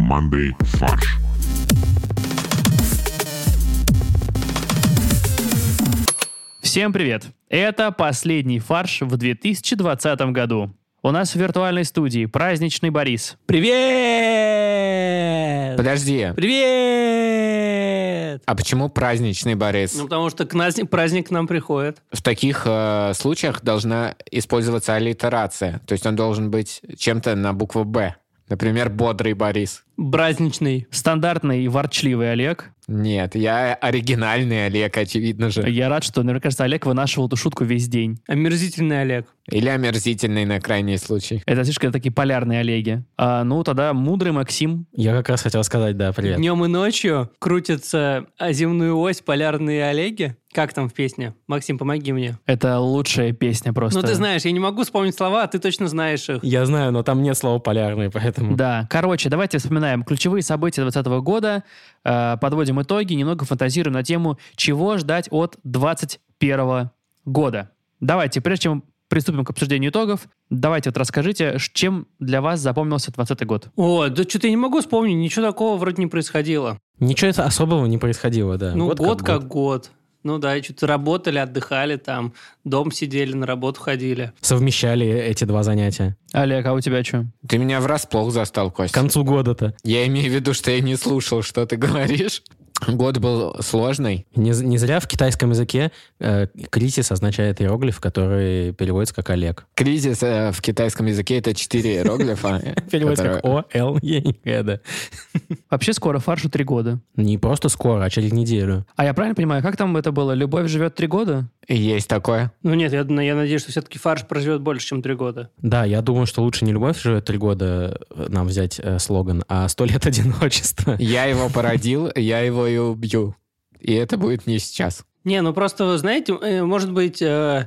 командой «Фарш». Всем привет! Это последний «Фарш» в 2020 году. У нас в виртуальной студии праздничный Борис. Привет! Подожди. Привет! А почему праздничный Борис? Ну, потому что праздник к нам приходит. В таких случаях должна использоваться аллитерация. То есть он должен быть чем-то на букву «Б». Например, бодрый Борис. Праздничный. Стандартный и ворчливый Олег. Нет, я оригинальный Олег, очевидно же. Я рад, что, мне кажется, Олег вынашивал эту шутку весь день. Омерзительный Олег. Или омерзительный на крайний случай. Это слишком такие полярные Олеги. Ну, тогда мудрый Максим. Я как раз хотел сказать, да, привет. Днем и ночью крутятся о земную ось полярные Олеги. Как там в песне? Максим, помоги мне. Это лучшая песня просто. Ну, ты знаешь, я не могу вспомнить слова, а ты точно знаешь их. Я знаю, но там нет слова «полярный», поэтому... Да, короче, давайте вспоминаем ключевые события 2020 года, подводим итоги, немного фантазируем на тему, чего ждать от 2021 года. Давайте, прежде чем приступим к обсуждению итогов, давайте вот расскажите, чем для вас запомнился 2020 год. О, да что-то я не могу вспомнить, ничего такого вроде не происходило. Ничего особого не происходило, да. Ну, год как год. Ну да, что-то работали, отдыхали там, дом сидели, на работу ходили. Совмещали эти два занятия. Олег, а у тебя что? Ты меня врасплох застал, К Костя. концу года-то. Я имею в виду, что я не слушал, что ты говоришь. Год был сложный. Не зря в китайском языке кризис означает иероглиф, который переводится как Олег. Кризис в китайском языке — это 4 иероглифа. Переводится как О-Л-Е, да. Вообще скоро фаршу 3 года. Не просто скоро, а через неделю. А я правильно понимаю, как там это было? Любовь живет 3 года? Есть такое. Ну нет, я надеюсь, что все-таки фарш проживет больше, чем 3 года. Да, я думаю, что лучше не «Любовь живет 3 года» нам взять слоган, а 100 лет одиночества. Я его породил, я его и убью. И это будет не сейчас. Не, ну просто, вы знаете, может быть,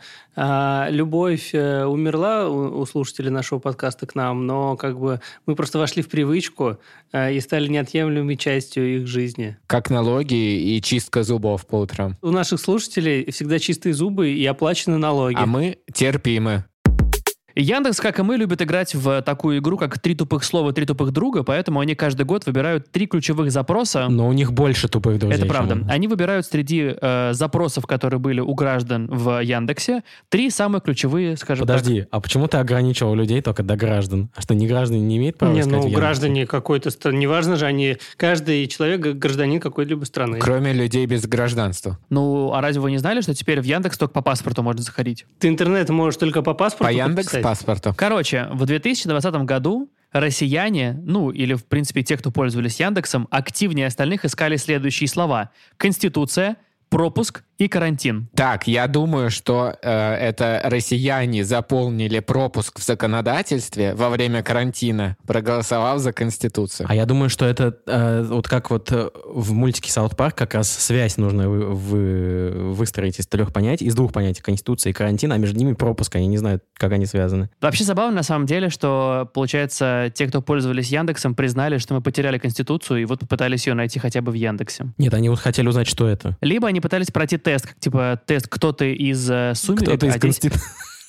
любовь умерла у слушателей нашего подкаста к нам, но как бы мы просто вошли в привычку и стали неотъемлемой частью их жизни. Как налоги и чистка зубов по утрам. У наших слушателей всегда чистые зубы и оплачены налоги. А мы терпимы. Яндекс, как и мы, любит играть в такую игру, как 3 тупых слова, 3 тупых друга, поэтому они каждый год выбирают 3 ключевых запроса. Но у них больше тупых друзей. Это правда. чем у нас. Они выбирают среди запросов, которые были у граждан в Яндексе, 3 самые ключевые, скажем Подожди, а почему ты ограничивал людей только до граждан? А что, не граждане не имеют права Не, искать в ну Яндексе? граждане какой-то страны, неважно же, они, каждый человек гражданин какой-либо страны. Кроме людей без гражданства. так. Ну, а разве вы не знали, что теперь в Яндекс только по паспорту можно заходить? Ты интернет можешь только по паспорту По Яндекс подписать. паспорту. Короче, в 2020 году россияне, ну, или, в принципе, те, кто пользовались Яндексом, активнее остальных искали следующие слова. Конституция, пропуск и карантин. Так, я думаю, что это россияне заполнили пропуск в законодательстве во время карантина, проголосовав за Конституцию. А я думаю, что это вот как вот в мультике «Саут Парк» как раз связь нужно выстроить из 3 понятий, из 2 понятий: Конституция и карантин, а между ними пропуск. Я не знаю, как они связаны. Вообще забавно, на самом деле, что, получается, те, кто пользовались Яндексом, признали, что мы потеряли Конституцию, и вот попытались ее найти хотя бы в Яндексе. Нет, они вот хотели узнать, что это. Либо они пытались пройти тест, как типа тест «Кто ты из «Сумерек», Кто-то из а здесь Конституции.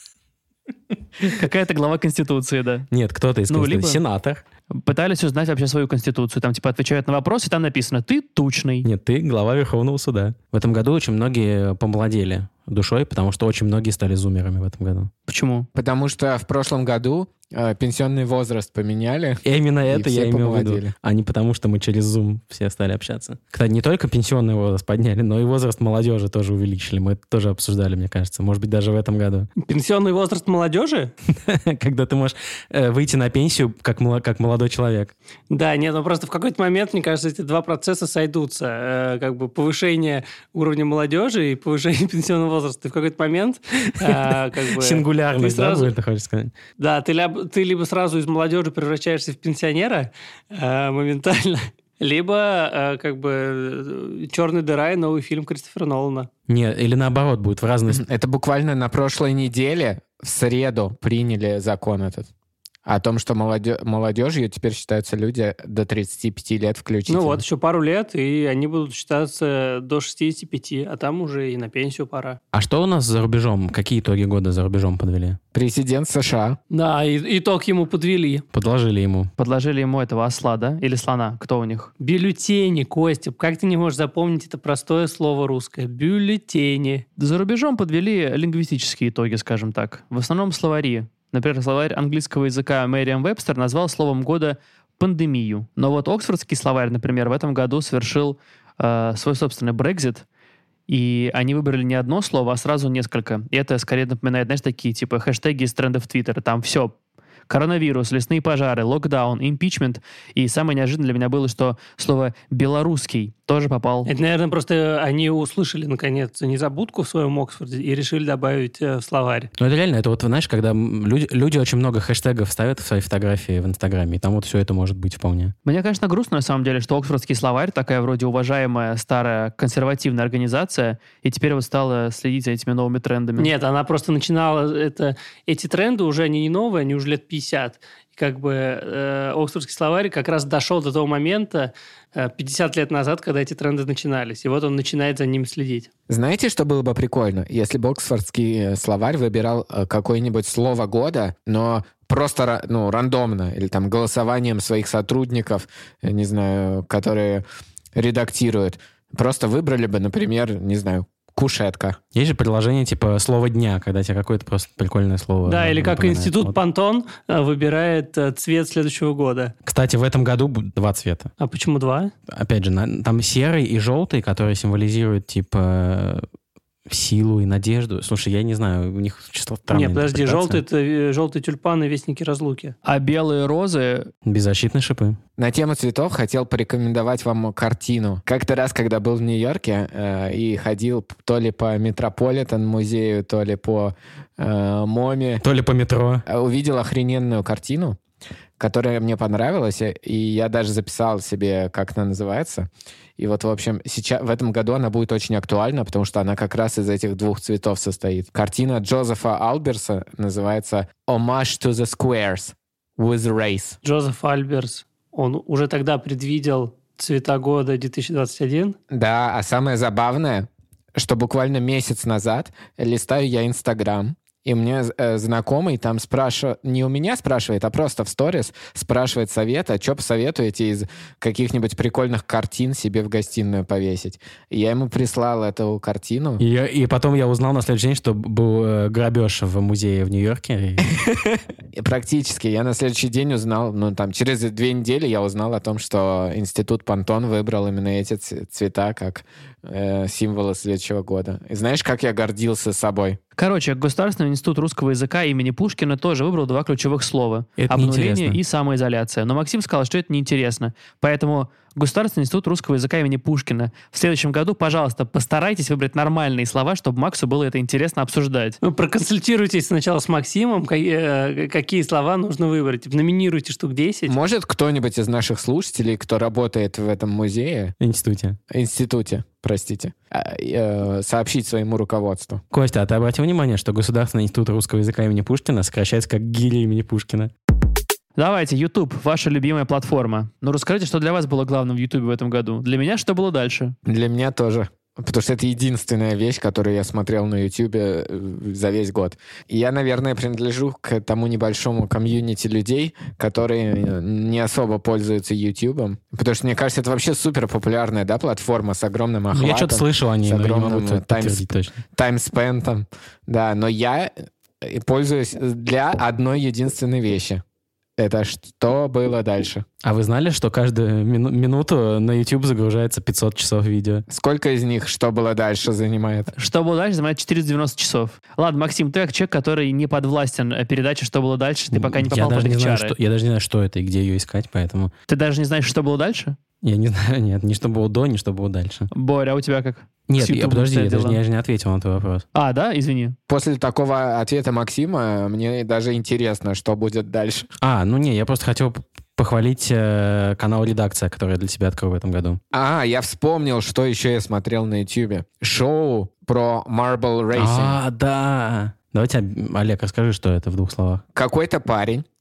какая-то глава Конституции, да. Нет, кто-то из Ну, Конституции. либо- Сенатор. Пытались узнать вообще свою Конституцию. Там типа отвечают на вопросы, и там написано «Ты тучный». Нет, ты глава Верховного суда. В этом году очень многие помолодели душой, потому что очень многие стали зумерами в этом году. Почему? Потому что в прошлом году пенсионный возраст поменяли. И именно это все я имел в виду. помолодели. А не потому, что мы через Zoom все стали общаться. Кстати, не только пенсионный возраст подняли, но и возраст молодежи тоже увеличили. Мы это тоже обсуждали, мне кажется. Может быть, даже в этом году. Пенсионный возраст молодежи? Когда ты можешь выйти на пенсию как молодой человек. Да, нет, ну просто в какой-то момент, мне кажется, эти 2 процесса сойдутся. Как бы повышение уровня молодежи и повышение пенсионного возраста. И в какой-то момент... как бы, Сингулярность, ты да, сразу- будет, ты хочешь сказать? Да, ты либо сразу из молодежи превращаешься в пенсионера моментально, либо как бы «Черная дыра» и новый фильм Кристофера Нолана. Нет, или наоборот, будет в разные... Это буквально на прошлой неделе, в среду, приняли закон этот. о том, что молодежью теперь считаются люди до 35 лет включительно. Ну вот, еще пару лет, и они будут считаться до 65, а там уже и на пенсию пора. А что у нас за рубежом? Какие итоги года за рубежом подвели? Президент США. Да, и итог ему подвели. Подложили ему. Подложили ему этого осла, да? Или слона? Кто у них? Бюллетени, Костя. Как ты не можешь запомнить это простое слово русское? Бюллетени. За рубежом подвели лингвистические итоги, скажем так. В основном словари. Например, словарь английского языка Merriam-Webster назвал словом года пандемию. Но вот Оксфордский словарь, например, в этом году совершил свой собственный Brexit, и они выбрали не одно слово, а сразу несколько. И это скорее напоминает, знаешь, такие типа хэштеги из трендов Твиттера. Там все. Коронавирус, лесные пожары, локдаун, импичмент. И самое неожиданное для меня было, что слово «белорусский» тоже попал. Это, наверное, просто они услышали, наконец, незабудку в своем Оксфорде и решили добавить в словарь. Ну, это реально, это вот, знаешь, когда люди очень много хэштегов ставят в свои фотографии в Инстаграме, и там вот все это может быть вполне. Мне, конечно, грустно, на самом деле, что Оксфордский словарь, такая вроде уважаемая старая консервативная организация, и теперь вот стала следить за этими новыми трендами. Нет, она просто начинала... Эти тренды уже они не новые, они уже лет 50. Как бы Оксфордский словарь как раз дошел до того момента 50 лет назад, когда эти тренды начинались. И вот он начинает за ними следить. Знаете, что было бы прикольно? Если бы Оксфордский словарь выбирал какое-нибудь слово года, но просто, рандомно, или там голосованием своих сотрудников, не знаю, которые редактируют. Просто выбрали бы, например, не знаю, кушетка. Есть же предложение типа «слово дня», когда тебе какое-то просто прикольное слово... Да, или как институт вот. Пантон выбирает цвет следующего года. Кстати, в этом году 2 цвета. А почему 2? Опять же, там серый и желтый, которые символизируют типа силу и надежду. Слушай, я не знаю, у них число странное. Нет, подожди, желтый — это желтые тюльпаны, вестники разлуки. А белые розы... Беззащитные шипы. На тему цветов хотел порекомендовать вам картину. Как-то раз, когда был в Нью-Йорке и ходил то ли по Метрополитен-музею, то ли по МОМе, То ли по метро. увидел охрененную картину, которая мне понравилась, и я даже записал себе, как она называется. И вот, в общем, сейчас, в этом году она будет очень актуальна, потому что она как раз из этих 2 цветов состоит. Картина Джозефа Альберса называется «Homage to the Squares with Race». Джозеф Альберс, он уже тогда предвидел цвета года 2021? Да, а самое забавное, что буквально месяц назад листаю я Инстаграм, и мне знакомый там спрашивает, не у меня спрашивает, а просто в сторис спрашивает совета, что посоветуете из каких-нибудь прикольных картин себе в гостиную повесить. И я ему прислал эту картину. И потом я узнал на следующий день, что был грабеж в музее в Нью-Йорке. Практически. Я на следующий день узнал, через 2 недели я узнал о том, что Институт Пантон выбрал именно эти цвета как символы следующего года. И знаешь, как я гордился собой? Короче, Государственный институт русского языка имени Пушкина тоже выбрал 2 ключевых слова. Это Обнуление неинтересно. и самоизоляция. Но Максим сказал, что это неинтересно. Поэтому Государственный институт русского языка имени Пушкина в следующем году, пожалуйста, постарайтесь выбрать нормальные слова, чтобы Максу было это интересно обсуждать. Ну, проконсультируйтесь сначала с Максимом, какие слова нужно выбрать. Номинируйте штук 10. Может кто-нибудь из наших слушателей, кто работает в этом музее, институте, простите, сообщить своему руководству? Костя, а ты обратил внимание, что Государственный институт русского языка имени Пушкина сокращается как ГИЛ имени Пушкина? Давайте, YouTube, ваша любимая платформа. Ну, расскажите, что для вас было главным в YouTube в этом году. Для меня что было дальше? Для меня тоже. Потому что это единственная вещь, которую я смотрел на YouTube за весь год. И я, наверное, принадлежу к тому небольшому комьюнити людей, которые не особо пользуются YouTube. Потому что, мне кажется, это вообще супер популярная, платформа с огромным охватом. Я что-то слышал о ней, с но не огромным могу подтвердить точно. таймспентом. Да, но я пользуюсь для одной единственной вещи. Это что было дальше? А вы знали, что каждую минуту на YouTube загружается 500 часов видео? Сколько из них «что было дальше» занимает? Что было дальше, занимает 490 часов. Ладно, Максим, ты как человек, который не подвластен передаче «Что было дальше», ты пока не попал под их чары. Я даже не знаю, что это и где ее искать, поэтому... Ты даже не знаешь, что было дальше? Я не знаю, нет, ни что было до, ни что было дальше. Боря, а у тебя как? Нет, подожди, я же не ответил на твой вопрос. А, да? Извини. После такого ответа Максима мне даже интересно, что будет дальше. Я просто хотел похвалить канал «Редакция», который я для себя открыл в этом году. Я вспомнил, что еще я смотрел на YouTube. Шоу про Marble Racing. Да. Давайте, Олег, расскажи, что это в 2 словах. Какой-то парень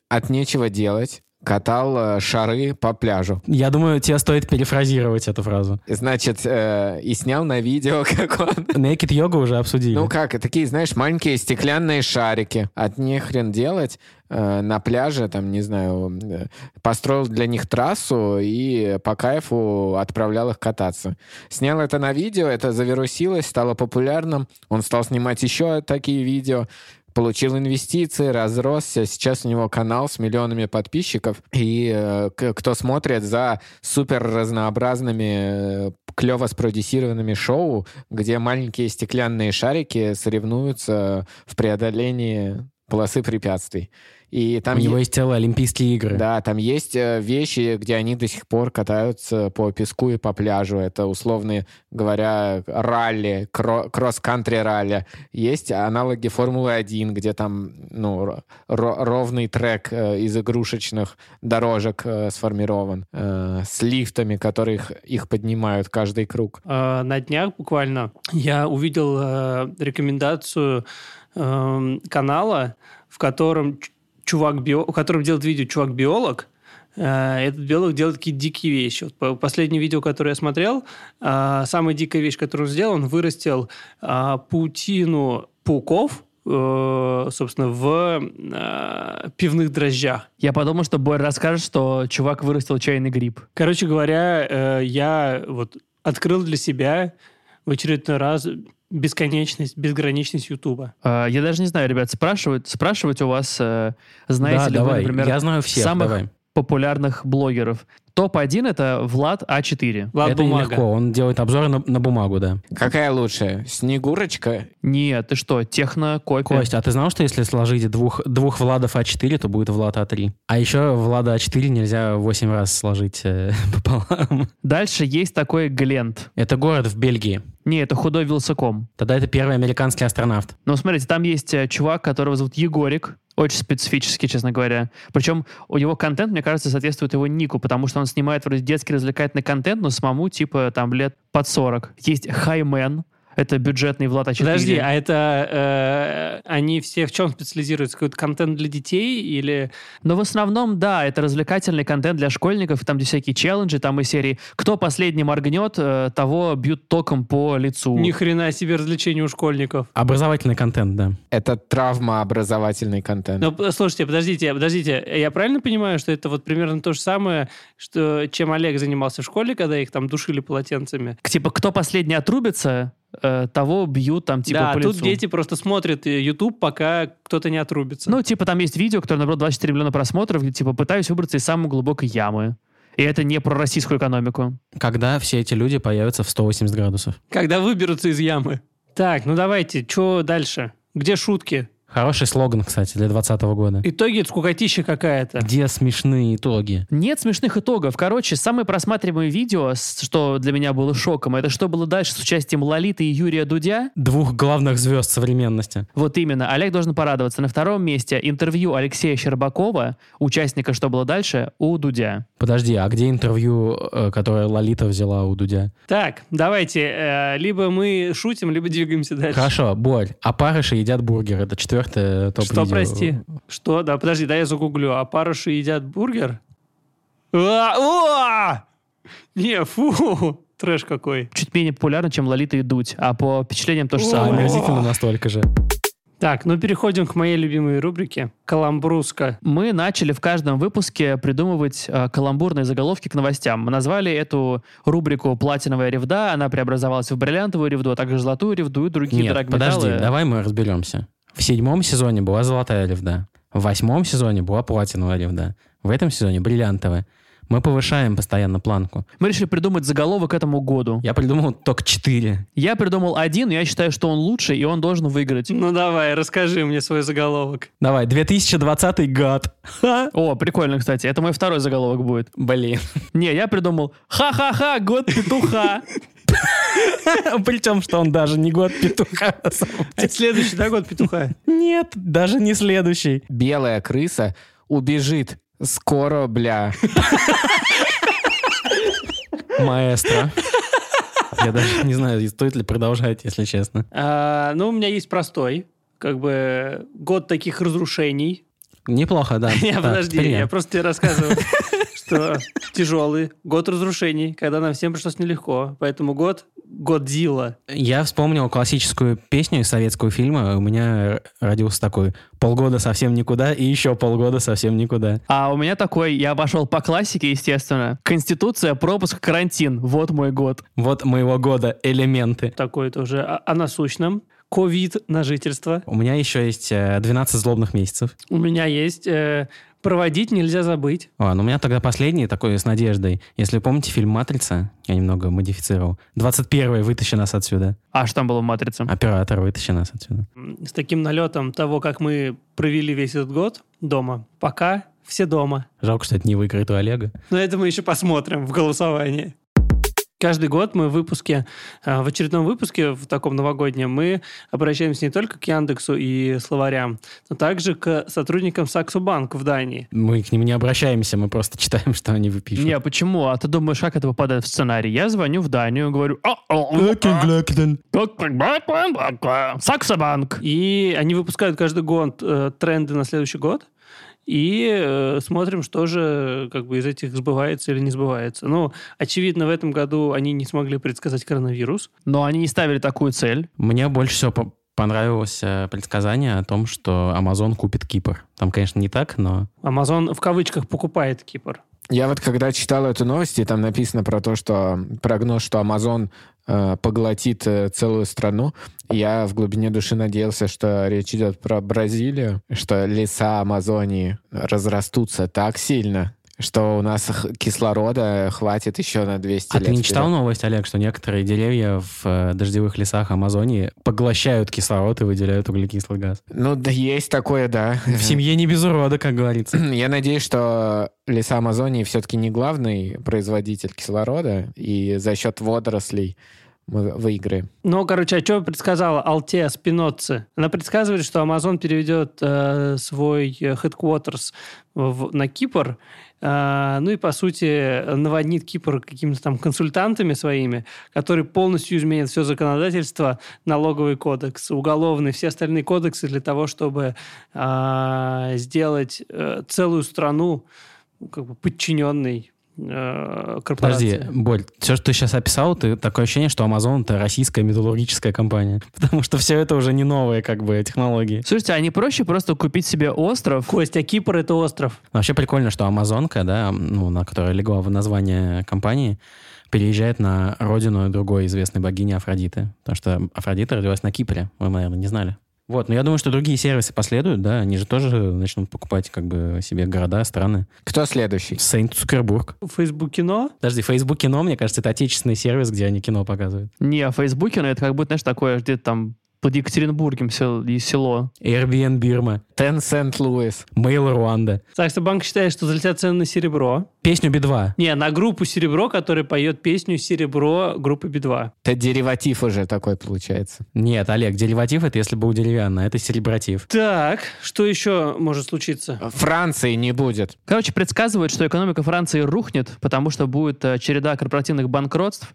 от нечего делать катал шары по пляжу. Я думаю, тебе стоит перефразировать эту фразу. Значит, и снял на видео, как он... Naked йога уже обсудили. Ну как, такие, знаешь, маленькие стеклянные шарики. От нехрен делать на пляже, там, не знаю, построил для них трассу и по кайфу отправлял их кататься. Снял это на видео, это завирусилось, стало популярным. Он стал снимать еще такие видео. Получил инвестиции, разросся. Сейчас у него канал с миллионами подписчиков. И кто смотрит за супер разнообразными, клево спродюсированными шоу, где маленькие стеклянные шарики соревнуются в преодолении полосы препятствий. И там у него есть целые Олимпийские игры. Да, там есть вещи, где они до сих пор катаются по песку и по пляжу. Это, условно говоря, ралли, кросс-кантри ралли. Есть аналоги Формулы-1, где там ровный трек из игрушечных дорожек сформирован, с лифтами, которые их поднимают каждый круг. На днях буквально я увидел рекомендацию канала, в котором делает видео чувак-биолог. Этот биолог делает какие-то дикие вещи. Вот последнее видео, которое я смотрел, самая дикая вещь, которую он сделал, он вырастил паутину пауков, собственно, в пивных дрожжах. Я подумал, что Борь расскажет, что чувак вырастил чайный гриб. Короче говоря, я вот открыл для себя в очередной раз безграничность Ютуба. Я даже не знаю, ребят, спрашивать у вас, знаете ли вы, например, я знаю всех, самых популярных блогеров. Топ-1 — это Влад А4. Влад это Бумага. нелегко, он делает обзоры на бумагу, да. Какая лучшая? Снегурочка? Нет, ты что, техно-копия. Кость, а ты знал, что если сложить двух Владов А4, то будет Влад А3? А еще Влада А4 нельзя 8 раз сложить пополам. Дальше есть такой Глент. Это город в Бельгии. Не, это худой Вилсаком. Тогда это первый американский астронавт. Но смотрите, там есть чувак, которого зовут Егорик. Очень специфический, честно говоря. Причем его контент, мне кажется, соответствует его нику, потому что он снимает вроде детский развлекательный контент, но самому типа там лет под 40. Есть Хаймен. Это бюджетный Влад А4. Подожди, а это они все в чем специализируются? Какой-то контент для детей или... Но в основном, да, это развлекательный контент для школьников. Там где всякие челленджи, там из серии «Кто последний моргнет, того бьют током по лицу». Ни хрена себе развлечения у школьников. Образовательный контент, да. Это травмообразовательный контент. Но, слушайте, подождите. Я правильно понимаю, что это вот примерно то же самое, чем Олег занимался в школе, когда их там душили полотенцами? Типа «Кто последний отрубится, того бьют там типа по лицу». Да, тут дети просто смотрят YouTube, пока кто-то не отрубится. Ну, типа там есть видео, которое набрало 24 миллиона просмотров, где типа пытаюсь выбраться из самой глубокой ямы. И это не про российскую экономику. Когда все эти люди появятся в 180 градусов? Когда выберутся из ямы. Так, ну давайте, что дальше? Где шутки? Хороший слоган, кстати, для 2020 года. Итоги — это скукотища какая-то. Где смешные итоги? Нет смешных итогов. Короче, самое просматриваемое видео, что для меня было шоком, это что было дальше с участием Лолиты и Юрия Дудя. Двух главных звезд современности. Вот именно. Олег должен порадоваться. На втором месте интервью Алексея Щербакова, участника «Что было дальше», у Дудя. Подожди, а где интервью, которое Лолита взяла у Дудя? Так, давайте, либо мы шутим, либо двигаемся дальше. Хорошо, Борь, опарыши едят бургер. Это 4-е топ-видео. Что, прости? Что? Да, подожди, да я загуглю. Опарыши едят бургер? Не, фу, трэш какой. Чуть менее популярно, чем Лолита и Дудь, а по впечатлениям то же самое. Омерзительно настолько же. Так, ну переходим к моей любимой рубрике «Каламбруска». Мы начали в каждом выпуске придумывать каламбурные заголовки к новостям. Мы назвали эту рубрику «Платиновая ревда». Она преобразовалась в бриллиантовую ревду, а также золотую ревду и другие Нет, драгметаллы. подожди, давай мы разберемся. В 7-м сезоне была золотая ревда. В 8-м сезоне была платиновая ревда. В этом сезоне бриллиантовая. Мы повышаем постоянно планку. Мы решили придумать заголовок к этому году. Я придумал только 4. Я придумал один, но я считаю, что он лучше, и он должен выиграть. Ну давай, расскажи мне свой заголовок. Давай, 2020 год. О, прикольно, кстати. Это мой второй заголовок будет. Блин. Не, я придумал «Ха-ха-ха, год петуха». Причем, что он даже не год петуха. Это следующий, да, год петуха? Нет, даже не следующий. Белая крыса убежит. Скоро, бля. Маэстро. Я даже не знаю, стоит ли продолжать, если честно. Ну, у меня есть простой. Как бы год таких разрушений. Неплохо, да. Не, Так, подожди, теперь я просто тебе рассказываю, что тяжелый, год разрушений, когда нам всем пришлось нелегко. Поэтому Годзилла. Я вспомнил классическую песню из советского фильма. У меня родился такой: полгода совсем никуда и еще полгода совсем никуда. А у меня такой, я пошел по классике, естественно. Конституция, пропуск, карантин. Вот мой год. Вот моего года элементы. Такой тоже о насущном. Ковид на жительство. У меня еще есть 12 злобных месяцев. У меня есть проводить нельзя забыть. Ну у меня тогда последний такой с надеждой. Если помните фильм «Матрица», я немного модифицировал. 21-й «Вытащи нас отсюда». А что там было в «Матрице»? Оператор, вытащи нас отсюда. С таким налетом того, как мы провели весь этот год дома. Пока все дома. Жалко, что это не выиграет у Олега. Но это мы еще посмотрим в голосовании. Каждый год мы в очередном выпуске, в таком новогоднем, мы обращаемся не только к Яндексу и словарям, но также к сотрудникам Saxo Bank в Дании. Мы к ним не обращаемся, мы просто читаем, что они выпишут. Не, почему? А ты думаешь, как это попадает в сценарий? Я звоню в Данию, говорю... Saxo Bank. И они выпускают каждый год тренды на следующий год. И смотрим, что же из этих сбывается или не сбывается. Ну, очевидно, в этом году они не смогли предсказать коронавирус. Но они не ставили такую цель. Мне больше всего понравилось предсказание о том, что Amazon купит Кипр. Там, конечно, не так, но... Amazon в кавычках покупает Кипр. Я вот когда читал эту новость, и там написано про то, что прогноз, что Amazon поглотит целую страну, я в глубине души надеялся, что речь идет про Бразилию, что леса Амазонии разрастутся так сильно, что у нас кислорода хватит еще на 200 лет. А ты не читал новость, Олег, что некоторые деревья в дождевых лесах Амазонии поглощают кислород и выделяют углекислый газ? Ну, да, есть такое, да. В семье не без урода, как говорится. Я надеюсь, что леса Амазонии все-таки не главный производитель кислорода, и за счет водорослей мы выиграем. Ну, а что предсказала Алтея Спиноцци? Она предсказывает, что Amazon переведет свой headquarters на Кипр, ну и, по сути, наводнит Кипр какими-то там консультантами своими, которые полностью изменят все законодательство, налоговый кодекс, уголовный, все остальные кодексы для того, чтобы сделать целую страну подчиненной корпорации. Подожди, Боль, все, что ты сейчас описал, такое ощущение, что Amazon — это российская металлургическая компания. Потому что все это уже не новые технологии. Слушайте, а не проще просто купить себе остров? Костя, Кипр — это остров. Вообще прикольно, что Амазонка, да, на которая легла в название компании, переезжает на родину другой известной богини Афродиты. Потому что Афродита родилась на Кипре. Вы, наверное, не знали. Вот, но я думаю, что другие сервисы последуют, да, они же тоже начнут покупать себе города, страны. Кто следующий? Сейнт-Цукербург. Facebook кино? Подожди, Facebook кино, мне кажется, это отечественный сервис, где они кино показывают. Не, в Фейсбуке, но это как будто, знаешь, такое где-то там под Екатеринбургом село. Airbnb Бирма. Tencent Луис. Mail Руанда. Saxo Bank считает, что взлетят цены на серебро. Песню Би-2. Не, на группу «Серебро», которая поет песню «Серебро» группы Би-2. Это дериватив уже такой получается. Нет, Олег, дериватив — это если был деревянный, это серебратив. Так, что еще может случиться? Франции не будет. Короче, предсказывают, что экономика Франции рухнет, потому что будет череда корпоративных банкротств,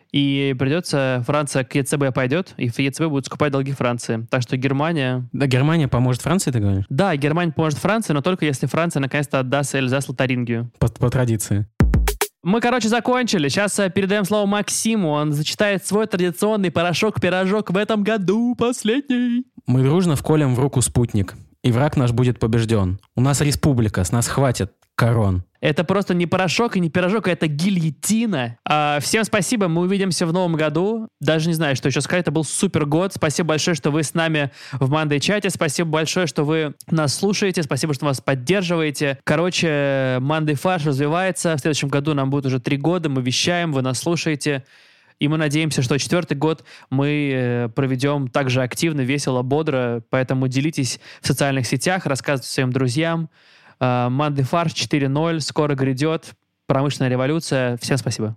и придется, Франция к ЕЦБ пойдет, и ЕЦБ будет скупать долги Франции. Так что Германия... Да, Германия поможет Франции, ты говоришь? Да, Германия поможет Франции, но только если Франция наконец-то отдаст Эльзас-Лотарингию. По традиции. Мы, закончили. Сейчас передаем слово Максиму. Он зачитает свой традиционный порошок-пирожок в этом году, последний. Мы дружно вколем в руку спутник, и враг наш будет побежден. У нас республика, с нас хватит корон. Это просто не порошок и не пирожок, это гильотина. Всем спасибо, мы увидимся в новом году. Даже не знаю, что еще сказать, это был супер год. Спасибо большое, что вы с нами в Monday-чате. Спасибо большое, что вы нас слушаете. Спасибо, что вас поддерживаете. Короче, Monday Фарш развивается. В следующем году нам будет уже 3 года. Мы вещаем, вы нас слушаете. И мы надеемся, что 4-й год мы проведем так же активно, весело, бодро. Поэтому делитесь в социальных сетях, рассказывайте своим друзьям. Monday Фарш 4.0 скоро грядет. Промышленная революция. Всем спасибо.